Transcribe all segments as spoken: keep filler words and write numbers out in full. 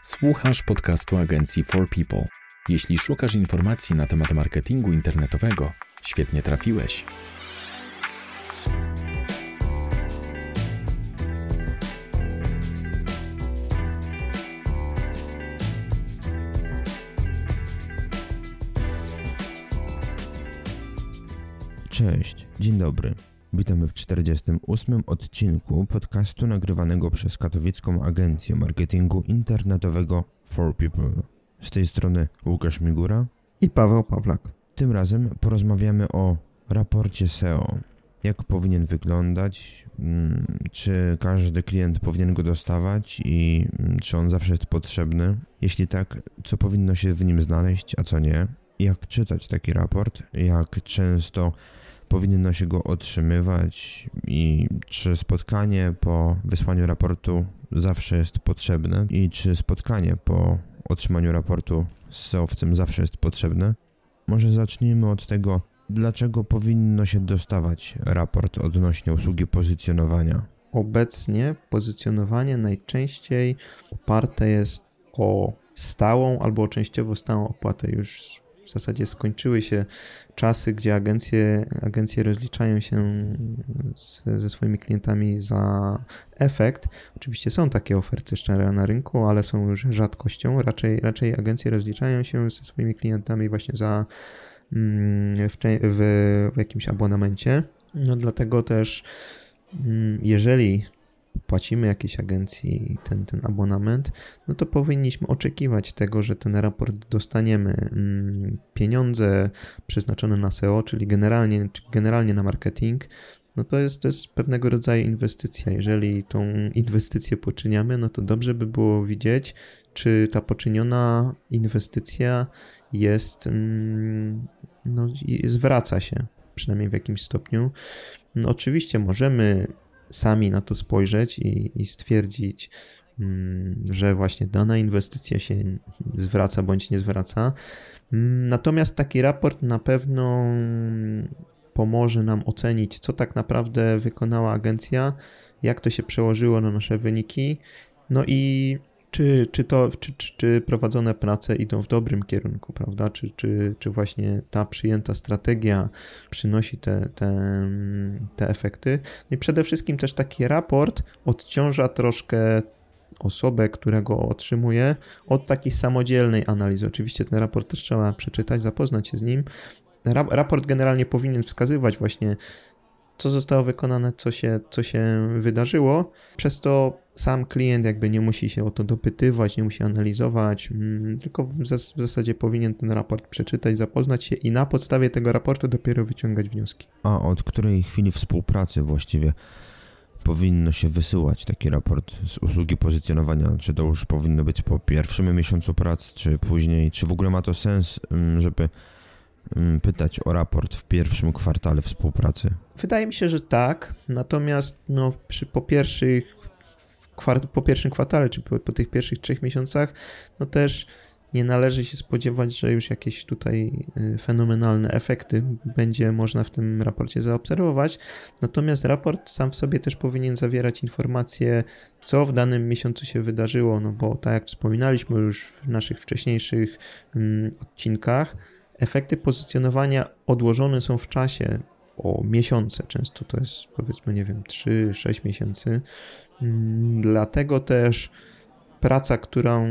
Słuchasz podcastu agencji For People. Jeśli szukasz informacji na temat marketingu internetowego, świetnie trafiłeś. Cześć, dzień dobry. Witamy w czterdziestym ósmym odcinku podcastu nagrywanego przez katowicką agencję marketingu internetowego For People. Z tej strony Łukasz Migura i Paweł Pawlak. Tym razem porozmawiamy o raporcie S E O. Jak powinien wyglądać, czy każdy klient powinien go dostawać i czy on zawsze jest potrzebny. Jeśli tak, co powinno się w nim znaleźć, a co nie. Jak czytać taki raport, jak często powinno się go otrzymywać i czy spotkanie po wysłaniu raportu zawsze jest potrzebne i czy spotkanie po otrzymaniu raportu z S E O-wcem zawsze jest potrzebne. Może zacznijmy od tego, dlaczego powinno się dostawać raport odnośnie usługi pozycjonowania. Obecnie pozycjonowanie najczęściej oparte jest o stałą albo częściowo stałą opłatę. Już w zasadzie skończyły się czasy, gdzie agencje, agencje rozliczają się z, ze swoimi klientami za efekt. Oczywiście są takie oferty szczere na rynku, ale są już rzadkością. Raczej, raczej agencje rozliczają się ze swoimi klientami właśnie za w, w, w jakimś abonamencie. No dlatego też jeżeli płacimy jakiejś agencji ten, ten abonament, no to powinniśmy oczekiwać tego, że ten raport dostaniemy. Pieniądze przeznaczone na S E O, czyli generalnie, generalnie na marketing, no to jest, to jest pewnego rodzaju inwestycja. Jeżeli tą inwestycję poczyniamy, no to dobrze by było widzieć, czy ta poczyniona inwestycja jest, no, zwraca się, przynajmniej w jakimś stopniu. No oczywiście możemy sami na to spojrzeć i, i stwierdzić, że właśnie dana inwestycja się zwraca bądź nie zwraca. Natomiast taki raport na pewno pomoże nam ocenić, co tak naprawdę wykonała agencja, jak to się przełożyło na nasze wyniki, no i czy, czy, to, czy, czy, czy prowadzone prace idą w dobrym kierunku, prawda? Czy, czy, czy właśnie ta przyjęta strategia przynosi te, te, te efekty. No i przede wszystkim też taki raport odciąża troszkę osobę, która go otrzymuje, od takiej samodzielnej analizy. Oczywiście ten raport też trzeba przeczytać, zapoznać się z nim. Raport generalnie powinien wskazywać właśnie, co zostało wykonane, co się, co się wydarzyło. Przez to sam klient jakby nie musi się o to dopytywać, nie musi analizować, tylko w zasadzie powinien ten raport przeczytać, zapoznać się i na podstawie tego raportu dopiero wyciągać wnioski. A od której chwili współpracy właściwie powinno się wysyłać taki raport z usługi pozycjonowania? Czy to już powinno być po pierwszym miesiącu pracy, czy później? Czy w ogóle ma to sens, żeby pytać o raport w pierwszym kwartale współpracy? Wydaje mi się, że tak, natomiast no, przy, po, pierwszych, kwart, po pierwszym kwartale, czy po, po tych pierwszych trzech miesiącach, no też nie należy się spodziewać, że już jakieś tutaj fenomenalne efekty będzie można w tym raporcie zaobserwować. Natomiast raport sam w sobie też powinien zawierać informacje, co w danym miesiącu się wydarzyło, no bo tak jak wspominaliśmy już w naszych wcześniejszych mm, odcinkach, efekty pozycjonowania odłożone są w czasie o miesiące. Często to jest, powiedzmy, nie wiem, trzy sześć miesięcy. Dlatego też praca, którą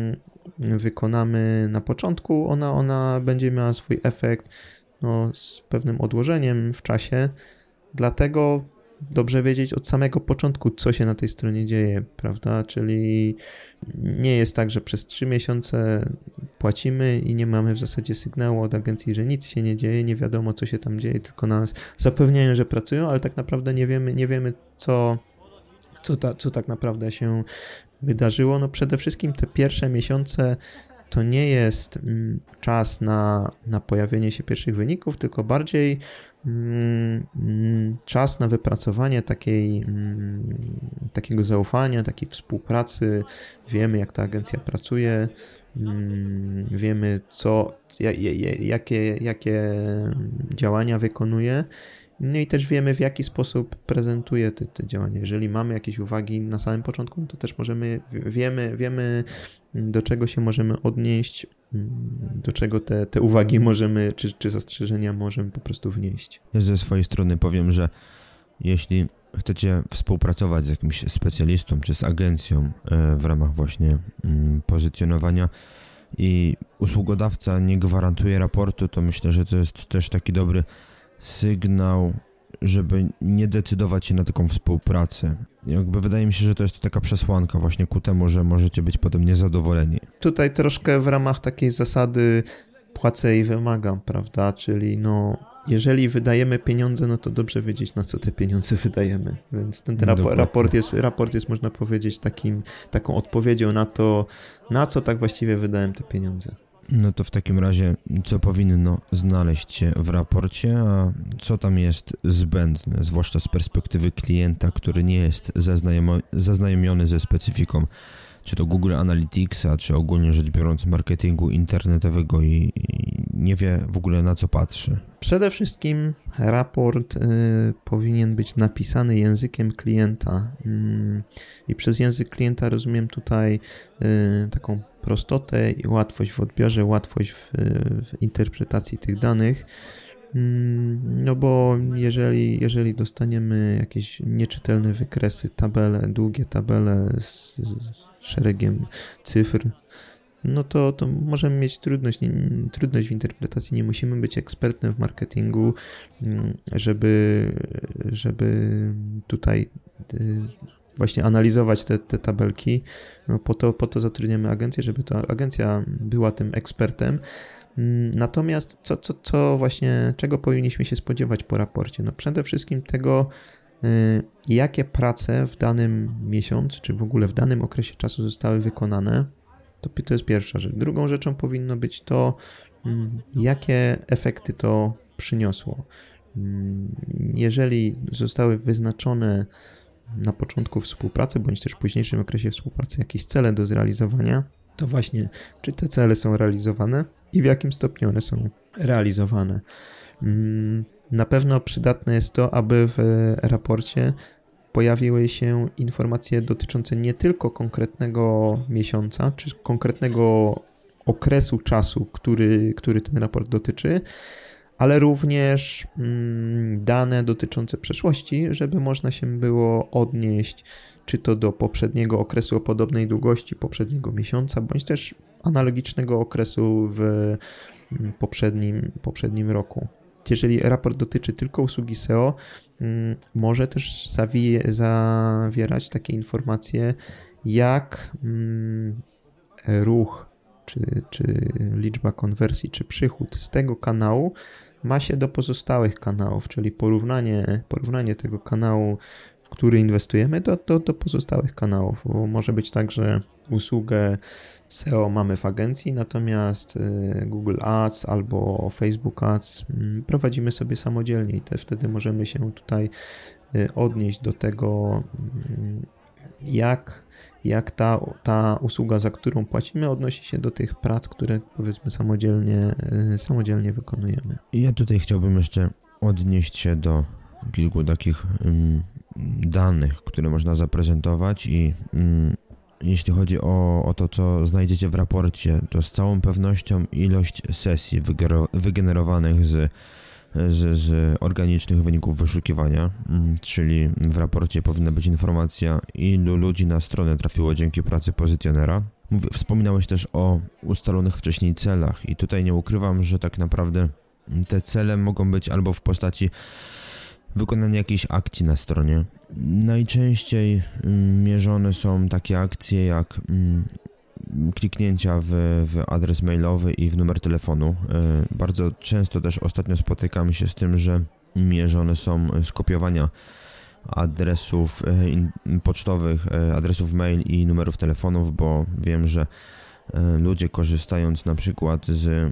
wykonamy na początku, ona, ona będzie miała swój efekt no, z pewnym odłożeniem w czasie. Dlatego dobrze wiedzieć od samego początku, co się na tej stronie dzieje, prawda? Czyli nie jest tak, że przez trzy miesiące płacimy i nie mamy w zasadzie sygnału od agencji, że nic się nie dzieje, nie wiadomo, co się tam dzieje, tylko nas zapewniają, że pracują, ale tak naprawdę nie wiemy, nie wiemy co, co, ta, co tak naprawdę się wydarzyło. No przede wszystkim te pierwsze miesiące to nie jest czas na, na pojawienie się pierwszych wyników, tylko bardziej czas na wypracowanie takiej, takiego zaufania, takiej współpracy. Wiemy, jak ta agencja pracuje, wiemy, co, jakie, jakie działania wykonuje. No i też wiemy, w jaki sposób prezentuje te, te działania. Jeżeli mamy jakieś uwagi na samym początku, to też możemy, wiemy, wiemy do czego się możemy odnieść, do czego te, te uwagi możemy, czy, czy zastrzeżenia możemy po prostu wnieść. Ja ze swojej strony powiem, że jeśli chcecie współpracować z jakimś specjalistą, czy z agencją w ramach właśnie pozycjonowania i usługodawca nie gwarantuje raportu, to myślę, że to jest też taki dobry sygnał, żeby nie decydować się na taką współpracę. Jakby wydaje mi się, że to jest taka przesłanka właśnie ku temu, że możecie być potem niezadowoleni. Tutaj troszkę w ramach takiej zasady płacę i wymagam, prawda? Czyli no, jeżeli wydajemy pieniądze, no to dobrze wiedzieć, na co te pieniądze wydajemy. Więc ten raport, raport, jest, raport jest, można powiedzieć, takim, taką odpowiedzią na to, na co tak właściwie wydałem te pieniądze. No to w takim razie, co powinno znaleźć się w raporcie, a co tam jest zbędne, zwłaszcza z perspektywy klienta, który nie jest zaznajomo- zaznajomiony ze specyfiką, czy to Google Analyticsa, czy ogólnie rzecz biorąc marketingu internetowego i, i nie wie w ogóle, na co patrzy. Przede wszystkim raport y, powinien być napisany językiem klienta y, i przez język klienta rozumiem tutaj y, taką prostotę i łatwość w odbiorze, łatwość w, w interpretacji tych danych. No bo jeżeli, jeżeli dostaniemy jakieś nieczytelne wykresy, tabele, długie tabele z, z szeregiem cyfr, no to, to możemy mieć trudność, nie, trudność w interpretacji. Nie musimy być ekspertem w marketingu, żeby, żeby tutaj właśnie analizować te, te tabelki. No po to, po to zatrudniamy agencję, żeby ta agencja była tym ekspertem. Natomiast co, co, co właśnie, czego powinniśmy się spodziewać po raporcie? No przede wszystkim tego, jakie prace w danym miesiącu, czy w ogóle w danym okresie czasu zostały wykonane. To, to jest pierwsza rzecz. Drugą rzeczą powinno być to, jakie efekty to przyniosło. Jeżeli zostały wyznaczone na początku współpracy, bądź też w późniejszym okresie współpracy jakieś cele do zrealizowania, to właśnie, czy te cele są realizowane i w jakim stopniu one są realizowane. Na pewno przydatne jest to, aby w raporcie pojawiły się informacje dotyczące nie tylko konkretnego miesiąca, czy konkretnego okresu czasu, który, który ten raport dotyczy, ale również dane dotyczące przeszłości, żeby można się było odnieść czy to do poprzedniego okresu o podobnej długości, poprzedniego miesiąca, bądź też analogicznego okresu w poprzednim, poprzednim roku. Jeżeli raport dotyczy tylko usługi S E O, może też zawie, zawierać takie informacje jak ruch, czy, czy liczba konwersji, czy przychód z tego kanału ma się do pozostałych kanałów, czyli porównanie, porównanie tego kanału, w który inwestujemy, do, do, do pozostałych kanałów, bo może być tak, że usługę S E O mamy w agencji, natomiast Google Ads albo Facebook Ads prowadzimy sobie samodzielnie i też wtedy możemy się tutaj odnieść do tego, jak, jak ta, ta usługa, za którą płacimy, odnosi się do tych prac, które powiedzmy samodzielnie, samodzielnie wykonujemy. I ja tutaj chciałbym jeszcze odnieść się do kilku takich um, danych, które można zaprezentować i um, jeśli chodzi o, o to, co znajdziecie w raporcie, to z całą pewnością ilość sesji wygero- wygenerowanych z, z, z organicznych wyników wyszukiwania, czyli w raporcie powinna być informacja, ilu ludzi na stronę trafiło dzięki pracy pozycjonera. Mówię, wspominałeś też o ustalonych wcześniej celach i tutaj nie ukrywam, że tak naprawdę te cele mogą być albo w postaci wykonania jakiejś akcji na stronie. Najczęściej mierzone są takie akcje jak kliknięcia w, w adres mailowy i w numer telefonu. Bardzo często też ostatnio spotykamy się z tym, że mierzone są skopiowania adresów pocztowych, adresów mail i numerów telefonów, bo wiem, że ludzie korzystając na przykład z,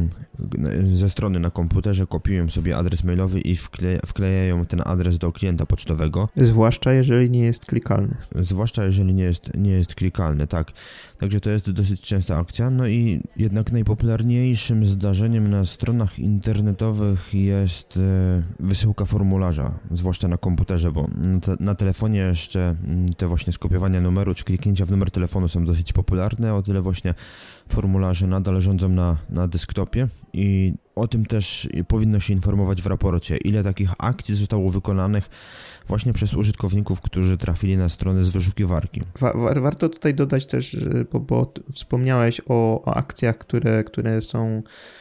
ze strony na komputerze kopiują sobie adres mailowy i wkle, wklejają ten adres do klienta pocztowego. Zwłaszcza jeżeli nie jest klikalny. Zwłaszcza jeżeli nie jest, nie jest klikalny, tak. Także to jest dosyć częsta akcja. No i jednak najpopularniejszym zdarzeniem na stronach internetowych jest wysyłka formularza, zwłaszcza na komputerze, bo na telefonie jeszcze te właśnie skopiowania numeru czy kliknięcia w numer telefonu są dosyć popularne, o tyle właśnie formularze nadal rządzą na, na desktopie i o tym też powinno się informować w raporcie, ile takich akcji zostało wykonanych właśnie przez użytkowników, którzy trafili na stronę z wyszukiwarki. Wa- warto tutaj dodać też, bo, bo wspomniałeś o, o akcjach, które, które są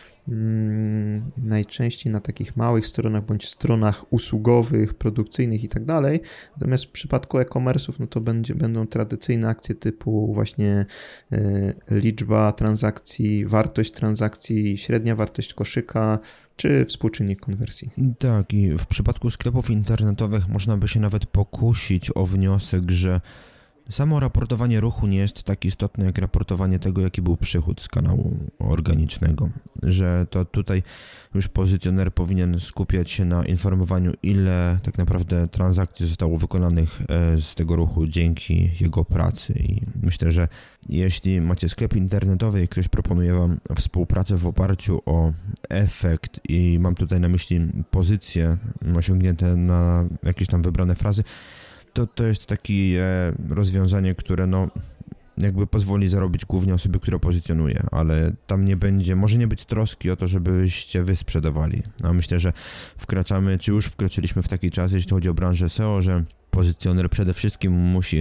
mm, najczęściej na takich małych stronach bądź stronach usługowych, produkcyjnych i tak dalej. Natomiast w przypadku e-commerce'ów, no to będzie, będą tradycyjne akcje typu właśnie y, liczba transakcji, wartość transakcji, średnia wartość koszyka, czy współczynnik konwersji. Tak, i w przypadku sklepów internetowych można by się nawet pokusić o wniosek, że samo raportowanie ruchu nie jest tak istotne jak raportowanie tego, jaki był przychód z kanału organicznego, że to tutaj już pozycjoner powinien skupiać się na informowaniu, ile tak naprawdę transakcji zostało wykonanych z tego ruchu dzięki jego pracy i myślę, że jeśli macie sklep internetowy i ktoś proponuje wam współpracę w oparciu o efekt i mam tutaj na myśli pozycje osiągnięte na jakieś tam wybrane frazy, to to jest takie rozwiązanie, które no jakby pozwoli zarobić głównie osobie, która pozycjonuje, ale tam nie będzie, może nie być troski o to, żebyście wy sprzedawali, a myślę, że wkraczamy, czy już wkroczyliśmy w taki czas, jeśli chodzi o branżę S E O, że pozycjoner przede wszystkim musi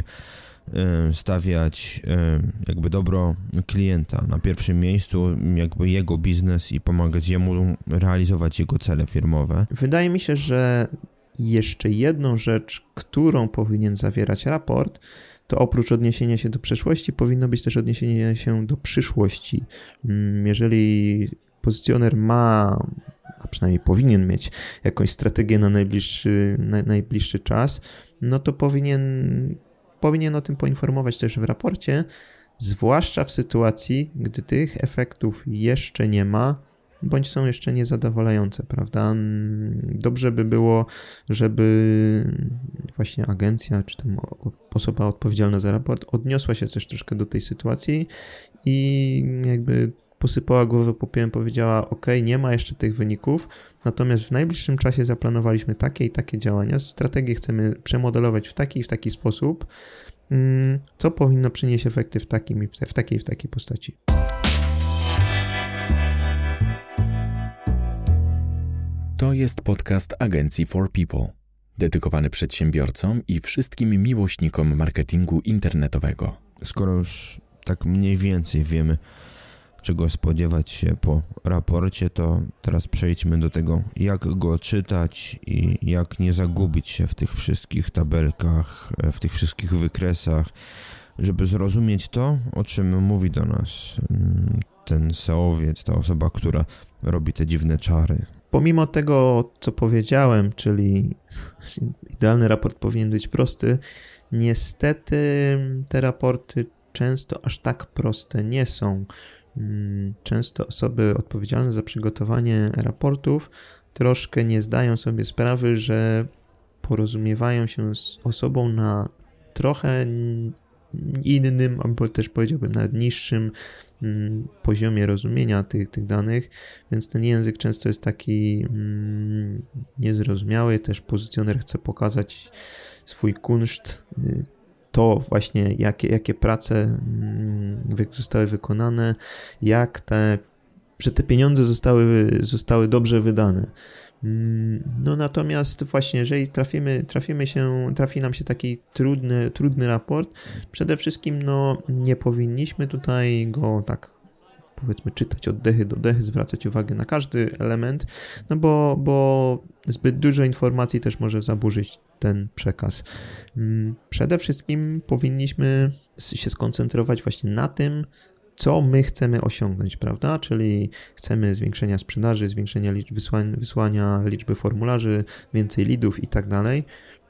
stawiać jakby dobro klienta na pierwszym miejscu, jakby jego biznes i pomagać jemu realizować jego cele firmowe. Wydaje mi się, że jeszcze jedną rzecz, którą powinien zawierać raport, to oprócz odniesienia się do przeszłości powinno być też odniesienie się do przyszłości. Jeżeli pozycjoner ma, a przynajmniej powinien mieć jakąś strategię na najbliższy, na najbliższy czas, no to powinien, powinien o tym poinformować też w raporcie, zwłaszcza w sytuacji, gdy tych efektów jeszcze nie ma, bądź są jeszcze niezadowalające, prawda? Dobrze by było, żeby właśnie agencja, czy tam osoba odpowiedzialna za raport odniosła się też troszkę do tej sytuacji i jakby posypała głowę popiołem, powiedziała, ok, nie ma jeszcze tych wyników, natomiast w najbliższym czasie zaplanowaliśmy takie i takie działania, strategię chcemy przemodelować w taki i w taki sposób, co powinno przynieść efekty w, takim, w takiej i w takiej postaci. To jest podcast agencji For People, dedykowany przedsiębiorcom i wszystkim miłośnikom marketingu internetowego. Skoro już tak mniej więcej wiemy, czego spodziewać się po raporcie, to teraz przejdźmy do tego, jak go czytać i jak nie zagubić się w tych wszystkich tabelkach, w tych wszystkich wykresach, żeby zrozumieć to, o czym mówi do nas ten S E O-wiec, ta osoba, która robi te dziwne czary. Pomimo tego, co powiedziałem, czyli idealny raport powinien być prosty, niestety te raporty często aż tak proste nie są. Często osoby odpowiedzialne za przygotowanie raportów troszkę nie zdają sobie sprawy, że porozumiewają się z osobą na trochę innym, albo też powiedziałbym nawet niższym poziomie rozumienia tych, tych danych, więc ten język często jest taki mm, niezrozumiały, też pozycjoner chce pokazać swój kunszt, to właśnie jakie, jakie prace mm, zostały wykonane, jak te, że te pieniądze zostały, zostały dobrze wydane. No natomiast właśnie, jeżeli trafimy, trafimy się, trafi nam się taki trudny, trudny raport, przede wszystkim no nie powinniśmy tutaj go tak powiedzmy czytać od dechy do dechy, zwracać uwagę na każdy element, no bo, bo zbyt dużo informacji też może zaburzyć ten przekaz. Przede wszystkim powinniśmy się skoncentrować właśnie na tym, co my chcemy osiągnąć, prawda? Czyli chcemy zwiększenia sprzedaży, zwiększenia liczby wysłania, wysłania liczby formularzy, więcej leadów i tak dalej.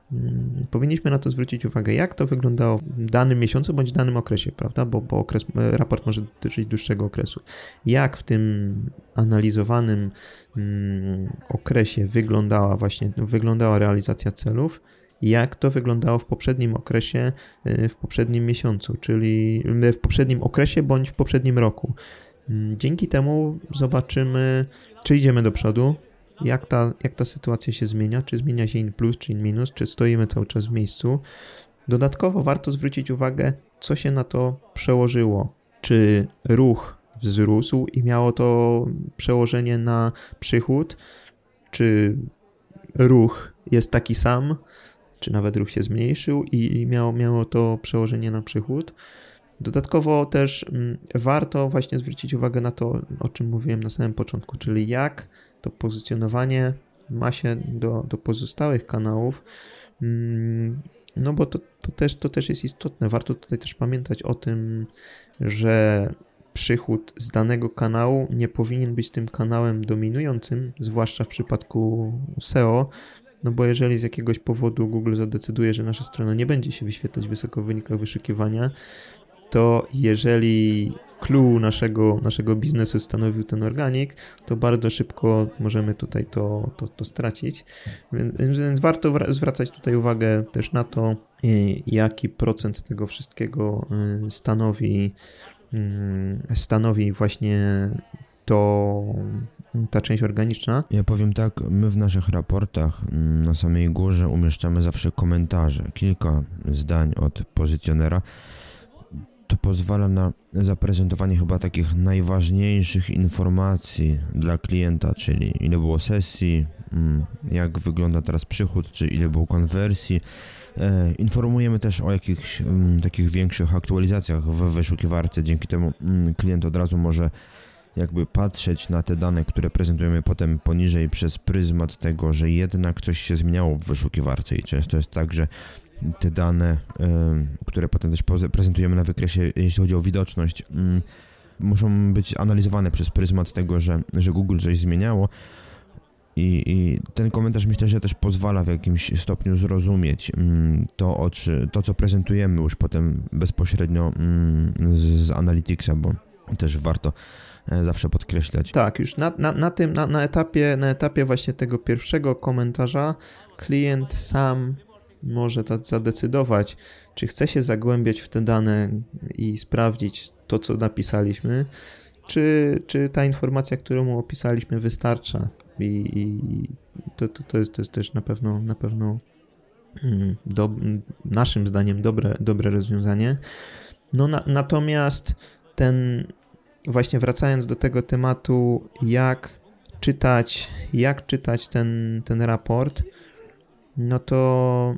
powinniśmy na to zwrócić uwagę, jak to wyglądało w danym miesiącu bądź w danym okresie, prawda? Bo, bo okres, raport może dotyczyć dłuższego okresu. Jak w tym analizowanym mm, okresie wyglądała właśnie wyglądała realizacja celów, jak to wyglądało w poprzednim okresie, w poprzednim miesiącu, czyli w poprzednim okresie bądź w poprzednim roku. Dzięki temu zobaczymy, czy idziemy do przodu, jak ta, jak ta sytuacja się zmienia, czy zmienia się in plus, czy in minus, czy stoimy cały czas w miejscu. Dodatkowo warto zwrócić uwagę, co się na to przełożyło. Czy ruch wzrósł i miało to przełożenie na przychód, czy ruch jest taki sam, czy nawet ruch się zmniejszył i miało, miało to przełożenie na przychód. Dodatkowo też mm, warto właśnie zwrócić uwagę na to, o czym mówiłem na samym początku, czyli jak to pozycjonowanie ma się do, do pozostałych kanałów, mm, no bo to, to, też, to też jest istotne. Warto tutaj też pamiętać o tym, że przychód z danego kanału nie powinien być tym kanałem dominującym, zwłaszcza w przypadku S E O, no bo jeżeli z jakiegoś powodu Google zadecyduje, że nasza strona nie będzie się wyświetlać wysoko w wynikach wyszukiwania, to jeżeli clue naszego, naszego biznesu stanowił ten organik, to bardzo szybko możemy tutaj to, to, to stracić. Więc, więc warto zwracać tutaj uwagę też na to, jaki procent tego wszystkiego stanowi, stanowi właśnie to ta część organiczna. Ja powiem tak, my w naszych raportach na samej górze umieszczamy zawsze komentarze, kilka zdań od pozycjonera. To pozwala na zaprezentowanie chyba takich najważniejszych informacji dla klienta, czyli ile było sesji, jak wygląda teraz przychód, czy ile było konwersji. E, informujemy też o jakichś m, takich większych aktualizacjach w wyszukiwarce, dzięki temu m, klient od razu może jakby patrzeć na te dane, które prezentujemy potem poniżej przez pryzmat tego, że jednak coś się zmieniało w wyszukiwarce i często jest tak, że te dane, y, które potem też prezentujemy na wykresie, jeśli chodzi o widoczność, y, muszą być analizowane przez pryzmat tego, że, że Google coś zmieniało i, i ten komentarz myślę, że też pozwala w jakimś stopniu zrozumieć y, to, o czy, to, co prezentujemy już potem bezpośrednio y, z, z Analyticsa, bo też warto zawsze podkreślać. Tak, już na, na, na tym, na, na etapie, na etapie właśnie tego pierwszego komentarza klient sam może tak zadecydować, czy chce się zagłębiać w te dane i sprawdzić to, co napisaliśmy, czy, czy ta informacja, którą mu opisaliśmy, wystarcza. I, i to, to, to, jest, to jest też na pewno, na pewno do, naszym zdaniem dobre, dobre rozwiązanie. No na, natomiast ten właśnie wracając do tego tematu, jak czytać, jak czytać ten, ten raport, no to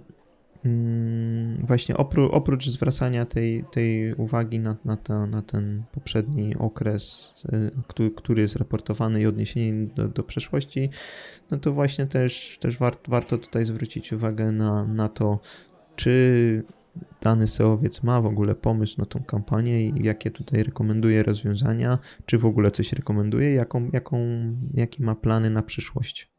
mm, właśnie opró, oprócz zwracania tej, tej uwagi na, na, to, na ten poprzedni okres, y, który, który jest raportowany i odniesienie do, do przeszłości, no to właśnie też, też war, warto tutaj zwrócić uwagę na, na to, czy dany S E O-wiec ma w ogóle pomysł na tą kampanię i jakie tutaj rekomenduje rozwiązania, czy w ogóle coś rekomenduje, jaką, jaką, jakie ma plany na przyszłość.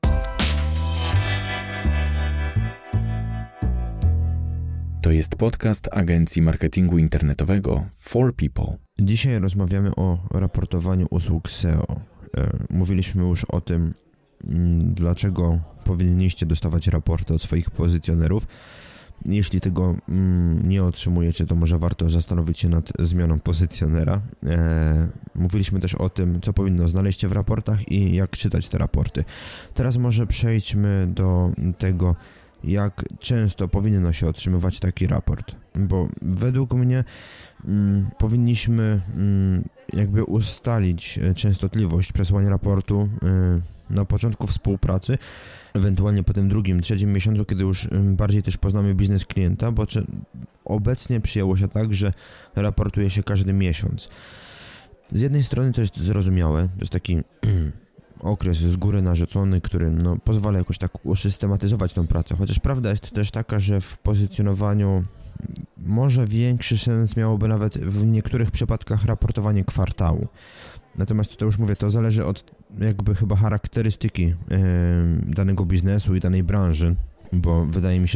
To jest podcast agencji marketingu internetowego For People. Dzisiaj rozmawiamy o raportowaniu usług S E O. Mówiliśmy już o tym, dlaczego powinniście dostawać raporty od swoich pozycjonerów. Jeśli tego mm, nie otrzymujecie, to może warto zastanowić się nad zmianą pozycjonera. E, mówiliśmy też o tym, co powinno znaleźć się w raportach i jak czytać te raporty. Teraz może przejdźmy do tego, jak często powinno się otrzymywać taki raport, bo według mnie mm, powinniśmy mm, jakby ustalić częstotliwość przesyłania raportu y, na początku współpracy, ewentualnie po tym drugim, trzecim miesiącu, kiedy już bardziej też poznamy biznes klienta, bo czy obecnie przyjęło się tak, że raportuje się każdy miesiąc. Z jednej strony to jest zrozumiałe, to jest taki okres z góry narzucony, który no, pozwala jakoś tak usystematyzować tą pracę, chociaż prawda jest też taka, że w pozycjonowaniu może większy sens miałoby nawet w niektórych przypadkach raportowanie kwartału. Natomiast tutaj już mówię, to zależy od jakby chyba charakterystyki yy, danego biznesu i danej branży, bo wydaje mi się, że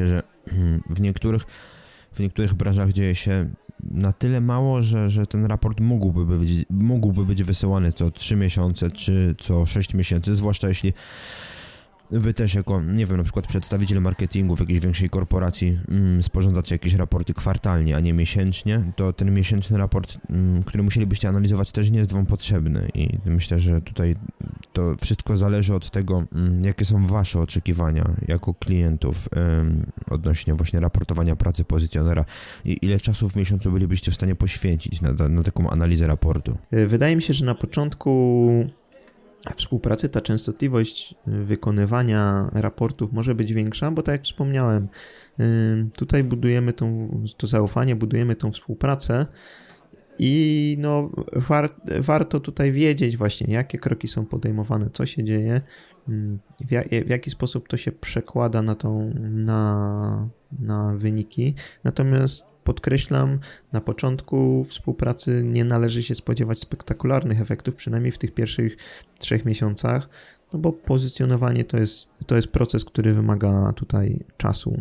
w niektórych, w niektórych branżach dzieje się na tyle mało, że, że ten raport mógłby być, mógłby być wysyłany co trzy miesiące czy co sześć miesięcy, zwłaszcza jeśli wy też jako, nie wiem, na przykład przedstawiciel marketingu w jakiejś większej korporacji mm, sporządzacie jakieś raporty kwartalnie, a nie miesięcznie, to ten miesięczny raport, mm, który musielibyście analizować, też nie jest wam potrzebny i myślę, że tutaj to wszystko zależy od tego, mm, jakie są wasze oczekiwania jako klientów ym, odnośnie właśnie raportowania pracy pozycjonera i ile czasu w miesiącu bylibyście w stanie poświęcić na, na taką analizę raportu. Wydaje mi się, że na początku współpracy ta częstotliwość wykonywania raportów może być większa, bo tak jak wspomniałem, tutaj budujemy tą, to zaufanie, budujemy tą współpracę i no war, warto tutaj wiedzieć właśnie, jakie kroki są podejmowane, co się dzieje, w, jak, w jaki sposób to się przekłada na, tą, na, na wyniki. Natomiast podkreślam, na początku współpracy nie należy się spodziewać spektakularnych efektów, przynajmniej w tych pierwszych trzech miesiącach, no bo pozycjonowanie to jest, to jest proces, który wymaga tutaj czasu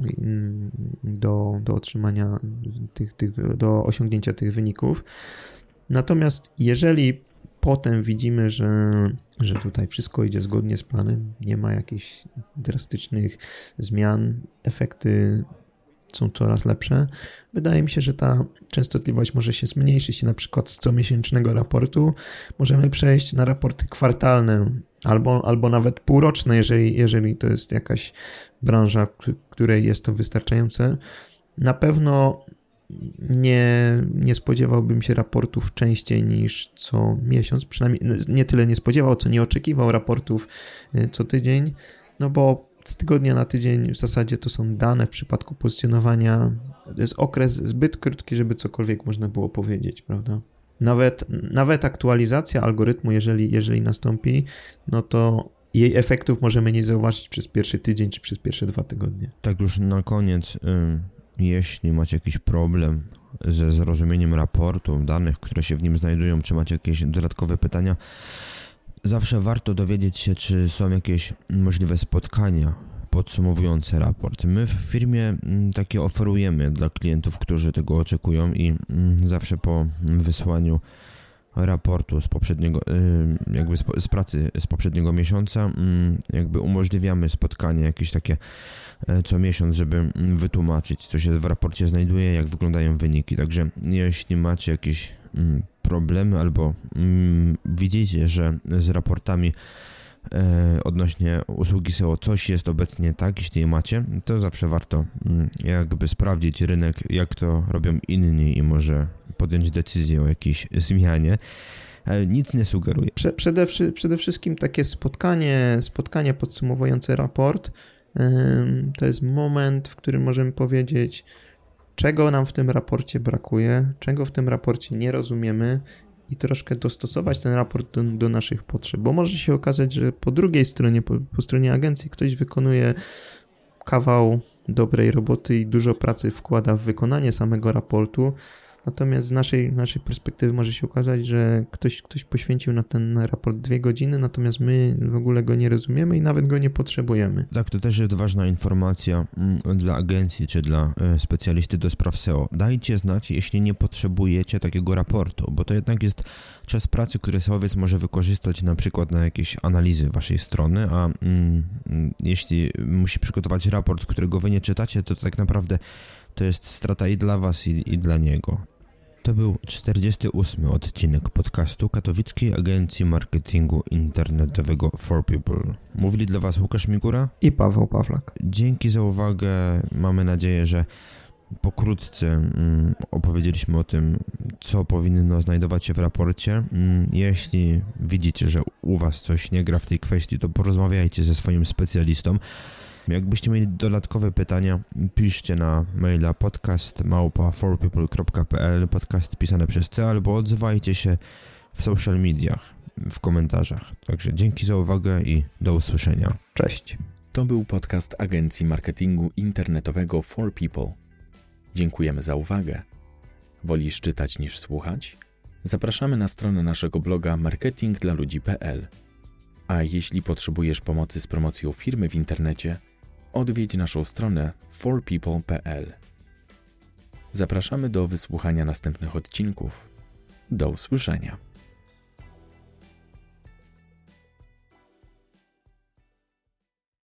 do, do otrzymania tych, tych, do osiągnięcia tych wyników. Natomiast jeżeli potem widzimy, że, że tutaj wszystko idzie zgodnie z planem, nie ma jakichś drastycznych zmian, efekty są coraz lepsze. Wydaje mi się, że ta częstotliwość może się zmniejszyć i na przykład z comiesięcznego raportu możemy przejść na raporty kwartalne albo, albo nawet półroczne, jeżeli, jeżeli to jest jakaś branża, której jest to wystarczające. Na pewno nie, nie spodziewałbym się raportów częściej niż co miesiąc, przynajmniej nie tyle nie spodziewał, co nie oczekiwał raportów co tydzień, no bo z tygodnia na tydzień w zasadzie to są dane w przypadku pozycjonowania. To jest okres zbyt krótki, żeby cokolwiek można było powiedzieć, prawda? Nawet, nawet aktualizacja algorytmu, jeżeli, jeżeli nastąpi, no to jej efektów możemy nie zauważyć przez pierwszy tydzień czy przez pierwsze dwa tygodnie. Tak już na koniec, jeśli macie jakiś problem ze zrozumieniem raportu, danych, które się w nim znajdują, czy macie jakieś dodatkowe pytania, zawsze warto dowiedzieć się, czy są jakieś możliwe spotkania podsumowujące raport. My w firmie takie oferujemy dla klientów, którzy tego oczekują i zawsze po wysłaniu raportu z poprzedniego, jakby z pracy z poprzedniego miesiąca, jakby umożliwiamy spotkanie jakieś takie co miesiąc, żeby wytłumaczyć, co się w raporcie znajduje, jak wyglądają wyniki. Także jeśli macie jakieś problemy albo mm, widzicie, że z raportami e, odnośnie usługi S E O coś jest obecnie tak, jeśli je macie, to zawsze warto mm, jakby sprawdzić rynek, jak to robią inni i może podjąć decyzję o jakiejś zmianie. E, nic nie sugeruję. Prze, przede, przede wszystkim takie spotkanie, spotkanie podsumowujące raport yy, to jest moment, w którym możemy powiedzieć, czego nam w tym raporcie brakuje, czego w tym raporcie nie rozumiemy i troszkę dostosować ten raport do, do naszych potrzeb, bo może się okazać, że po drugiej stronie, po, po stronie agencji ktoś wykonuje kawał dobrej roboty i dużo pracy wkłada w wykonanie samego raportu, natomiast z naszej, naszej perspektywy może się okazać, że ktoś, ktoś poświęcił na ten raport dwie godziny, natomiast my w ogóle go nie rozumiemy i nawet go nie potrzebujemy. Tak, to też jest ważna informacja dla agencji czy dla specjalisty do spraw S E O. Dajcie znać, jeśli nie potrzebujecie takiego raportu, bo to jednak jest czas pracy, który S E Owiec może wykorzystać na przykład na jakieś analizy waszej strony, a mm, jeśli musi przygotować raport, którego wy nie czytacie, to tak naprawdę to jest strata i dla was, i, i dla niego. To był czterdziesty ósmy odcinek podcastu Katowickiej Agencji Marketingu Internetowego For People. Mówili dla was Łukasz Migura i Paweł Pawlak. Dzięki za uwagę. Mamy nadzieję, że pokrótce mm, opowiedzieliśmy o tym, co powinno znajdować się w raporcie. Mm, jeśli widzicie, że u was coś nie gra w tej kwestii, to porozmawiajcie ze swoim specjalistą. Jakbyście mieli dodatkowe pytania, piszcie na maila podcast małpa for people kropka p l, podcast pisane przez C, albo odzywajcie się w social mediach, w komentarzach. Także dzięki za uwagę i do usłyszenia. Cześć. To był podcast Agencji Marketingu Internetowego For People. Dziękujemy za uwagę. Wolisz czytać niż słuchać? Zapraszamy na stronę naszego bloga marketing dla ludzi kropka p l. A jeśli potrzebujesz pomocy z promocją firmy w internecie, odwiedź naszą stronę for people kropka p l. Zapraszamy do wysłuchania następnych odcinków. Do usłyszenia.